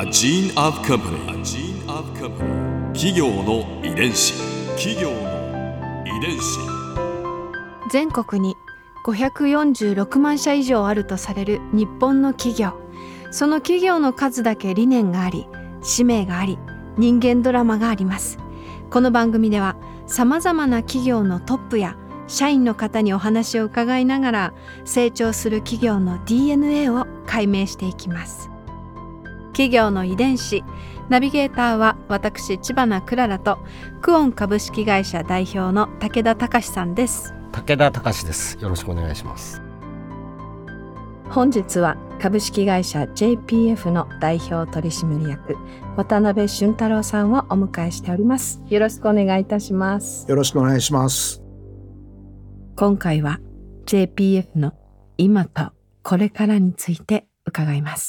gene of company. A gene of company. 企業の遺伝子。企業の遺伝子。 全国に546万社以上あるとされる日本の企業。その企業の数だけ理念があり、使命があり、人間ドラマがあります。この番組ではさまざまな企業のトップや社員の方にお話を伺いながら、成長する企業の DNA を解明していきます。企業の遺伝子、ナビゲーターは私知花くららと、クオン株式会社代表の武田隆さんです。 武田隆です。よろしくお願いします。 本日は株式会社 JPF の代表取締役渡辺俊太郎さんをお迎えしております。よろしくお願いいたします。 よろしくお願いします。 今回は JPF の今とこれからについて伺います。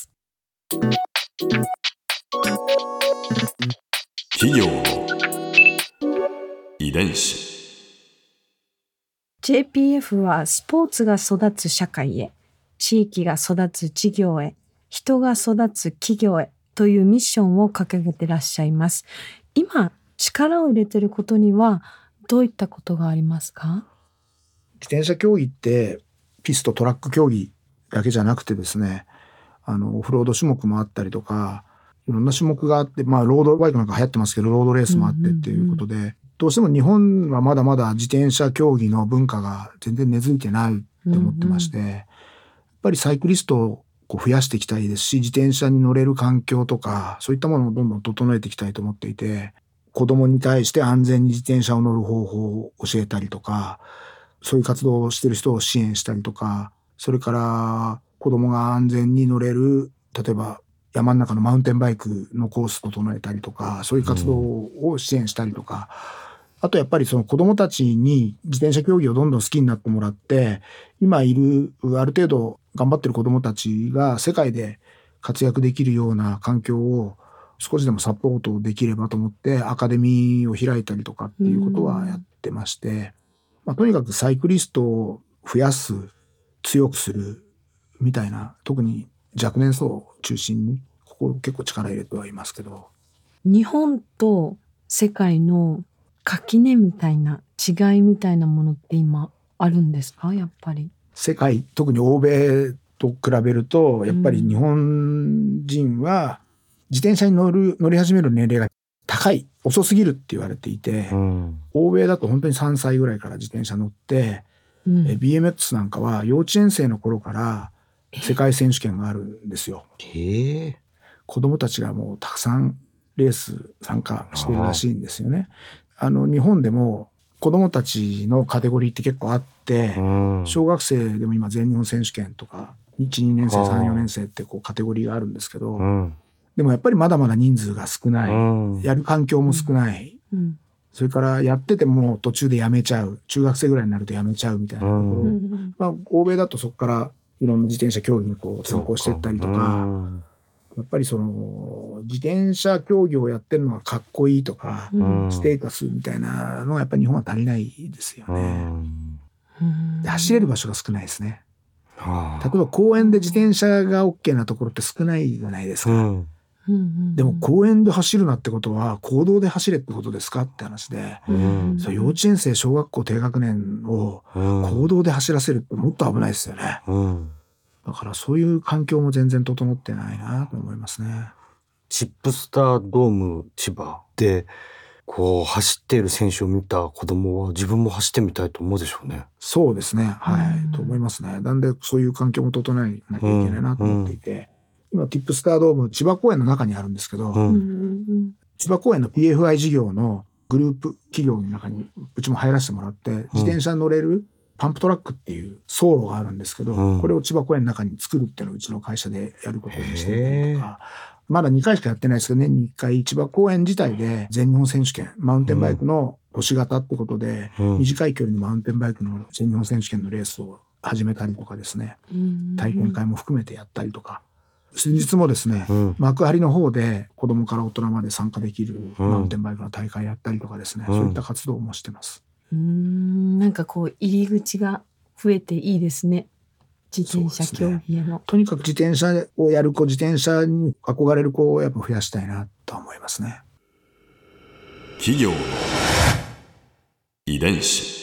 企業の遺伝子。 JPF はスポーツが育つ社会へ、地域が育つ事業へ、人が育つ企業へというミッションを掲げていらっしゃいます。今力を入れていることにはどういったことがありますか？ 自転車競技ってピストトラック競技だけじゃなくてですね、オフロード種目もあったりとか、いろんな種目があって、ロードバイクなんか流行ってますけど、ロードレースもあってっていうことで、どうしても日本はまだまだ自転車競技の文化が全然根付いてないって思ってまして、やっぱりサイクリストを増やしていきたいですし、自転車に乗れる環境とか、そういったものをどんどん整えていきたいと思っていて、子供に対して安全に自転車を乗る方法を教えたりとか、そういう活動をしている人を支援したりとか、それから子供が安全に乗れる、例えば山の中のマウンテンバイクのコースを整えたりとか、そういう活動を支援したりとか、あとやっぱりその子供たちに自転車競技をどんどん好きになってもらって、今いるある程度頑張ってる子供たちが世界で活躍できるような環境を少しでもサポートできればと思ってアカデミーを開いたりとかっていうことはやってまして、とにかくサイクリストを増やす、強くするみたいな、特に若年層を中心にここ結構力入れてはいますけど。 日本と世界の垣根みたいな違いみたいなものって今あるんですか？やっぱり世界、特に欧米と比べるとやっぱり日本人は自転車に乗り始める年齢が高い、遅すぎるって言われていて、欧米だと本当に3歳ぐらいから自転車乗って、BMX なんかは幼稚園生の頃から世界選手権があるんですよ。子供たちがもうたくさんレース参加してるらしいんですよね。日本でも子供たちのカテゴリーって結構あって、小学生でも今全日本選手権とか1、2年生、3、4年生ってカテゴリーがあるんですけど、でもやっぱりまだまだ人数が少ない、やる環境も少ない、それからやってても途中でやめちゃう、中学生ぐらいになるとやめちゃうみたいなところ、欧米だとそこからいろんな自転車競技に参考していったりとか、やっぱりその自転車競技をやってるのがかっこいいとか、ステータスみたいなのがやっぱり日本は足りないですよね。で、走れる場所が少ないですね。例えば公園で自転車が OK なところって少ないじゃないですか。でも公園で走るなってことは公道で走れってことですかって話で、そう幼稚園生小学校低学年を公道で走らせるってもっと危ないですよね。だからそういう環境も全然整ってないなと思いますね。 チップスタードーム千葉で走っている選手を見た子供は自分も走ってみたいと思うでしょうね。 そうですね、と思いますね。なんでそういう環境も整えなきゃいけないなと思っていて、今ティップスタードーム千葉公園の中にあるんですけど、千葉公園の PFI 事業のグループ企業の中にうちも入らせてもらって、自転車に乗れるパンプトラックっていう走路があるんですけど、これを千葉公園の中に作るっていうのをうちの会社でやることにしていたりとか、まだ2回しかやってないですけど、年に1回千葉公園自体で全日本選手権、マウンテンバイクの都市型ってことで、短い距離のマウンテンバイクの全日本選手権のレースを始めたりとかですね、体験会も含めてやったりとか、先日もですね、幕張の方で子供から大人まで参加できるマウンテンバイクの大会やったりとかですね、そういった活動もしてます。 なんか入り口が増えていいですね。 自転車競技への、 とにかく自転車をやる子、自転車に憧れる子をやっぱ増やしたいなと思いますね。 企業の遺伝子。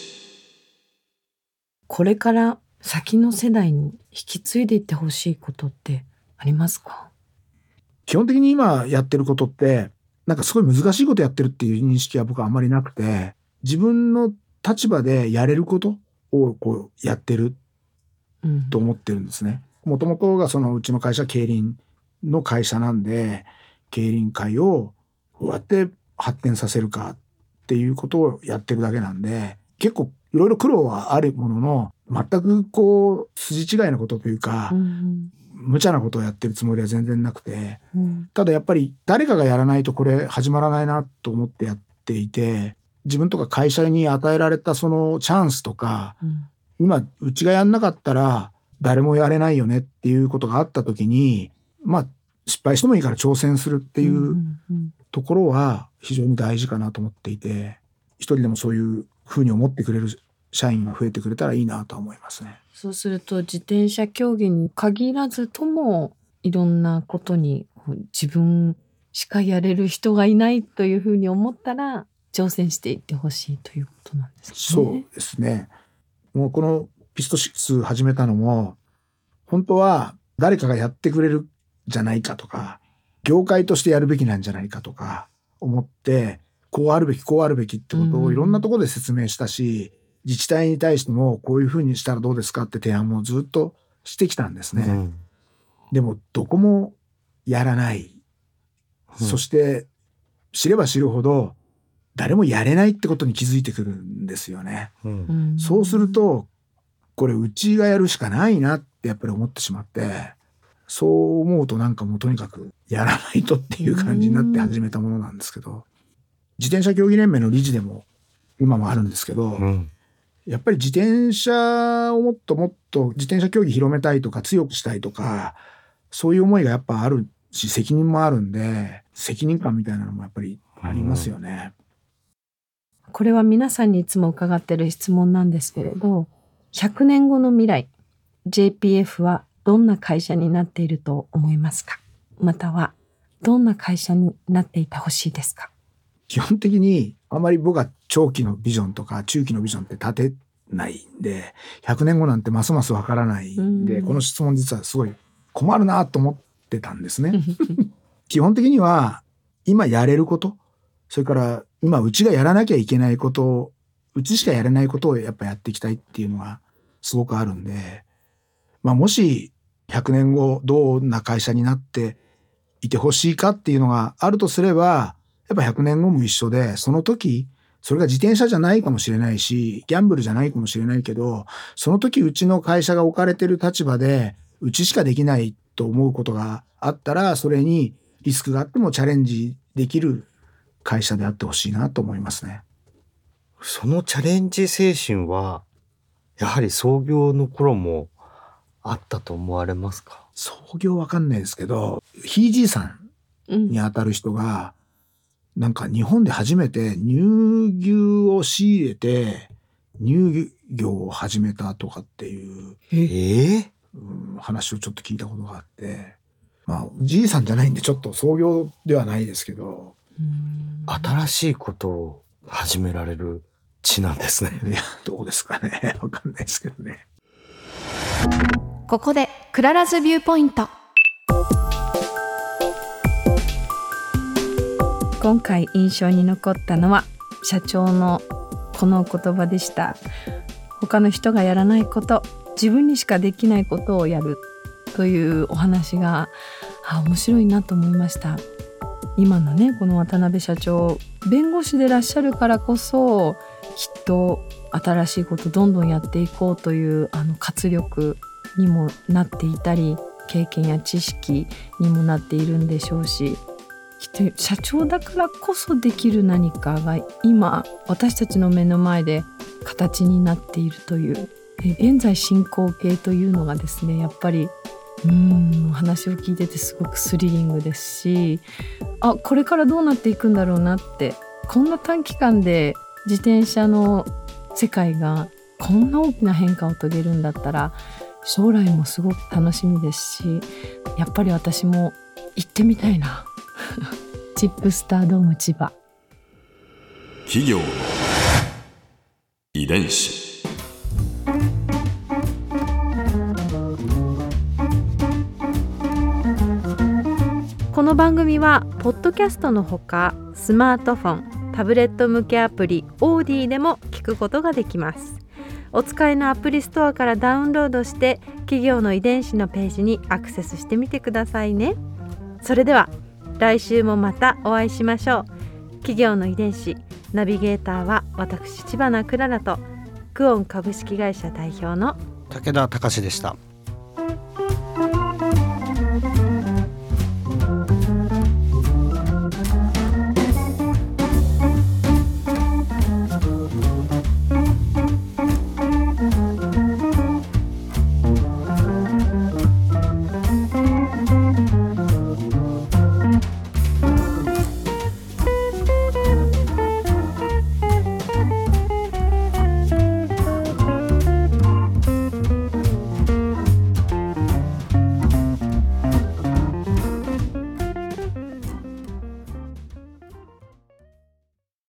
これから先の世代に引き継いでいってほしいことってありますか？ 基本的に今やってることってなんかすごい難しいことやってるっていう認識は僕はあんまりなくて、自分の立場でやれることをこうやってると思ってるんですね。もともとがうちの会社競輪の会社なんで、競輪界をどうやって発展させるかっていうことをやってるだけなんで、結構いろいろ苦労はあるものの、全くこう筋違いのことというか、無茶なことをやってるつもりは全然なくて、ただやっぱり誰かがやらないとこれ始まらないなと思ってやっていて、自分とか会社に与えられたそのチャンスとか、今うちがやんなかったら誰もやれないよねっていうことがあった時に、失敗してもいいから挑戦するっていうところは非常に大事かなと思っていて、一人でもそういうふうに思ってくれる社員が増えてくれたらいいなと思いますね。 そうすると自転車競技に限らずともいろんなことに自分しかやれる人がいないというふうに思ったら挑戦していってほしいということなんですね。 そうですね。もうこのピスト6始めたのも本当は誰かがやってくれるじゃないかとか、業界としてやるべきなんじゃないかとか思って、こうあるべきこうあるべきってことをいろんなところで説明したし、自治体に対してもこういうふうにしたらどうですかって提案もずっとしてきたんですね。でもどこもやらない。そして知れば知るほど誰もやれないってことに気づいてくるんですよね。そうするとこれうちがやるしかないなってやっぱり思ってしまって、そう思うとなんかもうとにかくやらないとっていう感じになって始めたものなんですけど、自転車競技連盟の理事でも今もあるんですけど、やっぱり自転車をもっともっと自転車競技広めたいとか強くしたいとか、そういう思いがやっぱあるし、責任もあるんで、責任感みたいなのもやっぱりありますよね。 これは皆さんにいつも伺っている質問なんですけれど、100年後の未来、JPF はどんな会社になっていると思いますか？またはどんな会社になっていてほしいですか？ 基本的にあまり僕は長期のビジョンとか中期のビジョンって立てないんで、100年後なんてますますわからないんで、この質問実はすごい困るなと思ってたんですね。基本的には今やれること、それから今うちがやらなきゃいけないこと、うちしかやれないことをやっぱやっていきたいっていうのがすごくあるんで、もし100年後どんな会社になっていてほしいかっていうのがあるとすれば、やっぱ100年後も一緒で、その時それが自転車じゃないかもしれないし、ギャンブルじゃないかもしれないけど、その時うちの会社が置かれてる立場でうちしかできないと思うことがあったら、それにリスクがあってもチャレンジできる会社であってほしいなと思いますね。 そのチャレンジ精神はやはり創業の頃もあったと思われますか？ 創業わかんないですけど、ひいじいさんにあたる人が、なんか日本で初めて乳牛を仕入れて乳業を始めたとかっていう話をちょっと聞いたことがあって、じいさんじゃないんでちょっと創業ではないですけど、 新しいことを始められる地なんですね。 いや、どうですかね。わかんないですけどね。 ここでクララズビューポイント。今回印象に残ったのは社長のこの言葉でした。他の人がやらないこと、自分にしかできないことをやるというお話が面白いなと思いました。今のね、この渡辺社長、弁護士でいらっしゃるからこそきっと新しいことどんどんやっていこうという活力にもなっていたり、経験や知識にもなっているんでしょうし、きっと社長だからこそできる何かが今私たちの目の前で形になっているという、現在進行形というのがですね、やっぱりお話を聞いててすごくスリリングですし、これからどうなっていくんだろうなって、こんな短期間で自転車の世界がこんな大きな変化を遂げるんだったら、 将来もすごく楽しみですし、やっぱり私も行ってみたいなチップスタードーム千葉。 企業の遺伝子。 この番組はポッドキャストのほか、スマートフォン、タブレット向けアプリオーディでも聞くことができます。お使いのアプリストアからダウンロードして企業の遺伝子のページにアクセスしてみてくださいね。それでは来週もまたお会いしましょう。企業の遺伝子ナビゲーターは私、知花くららとクオン株式会社代表の武田隆でした。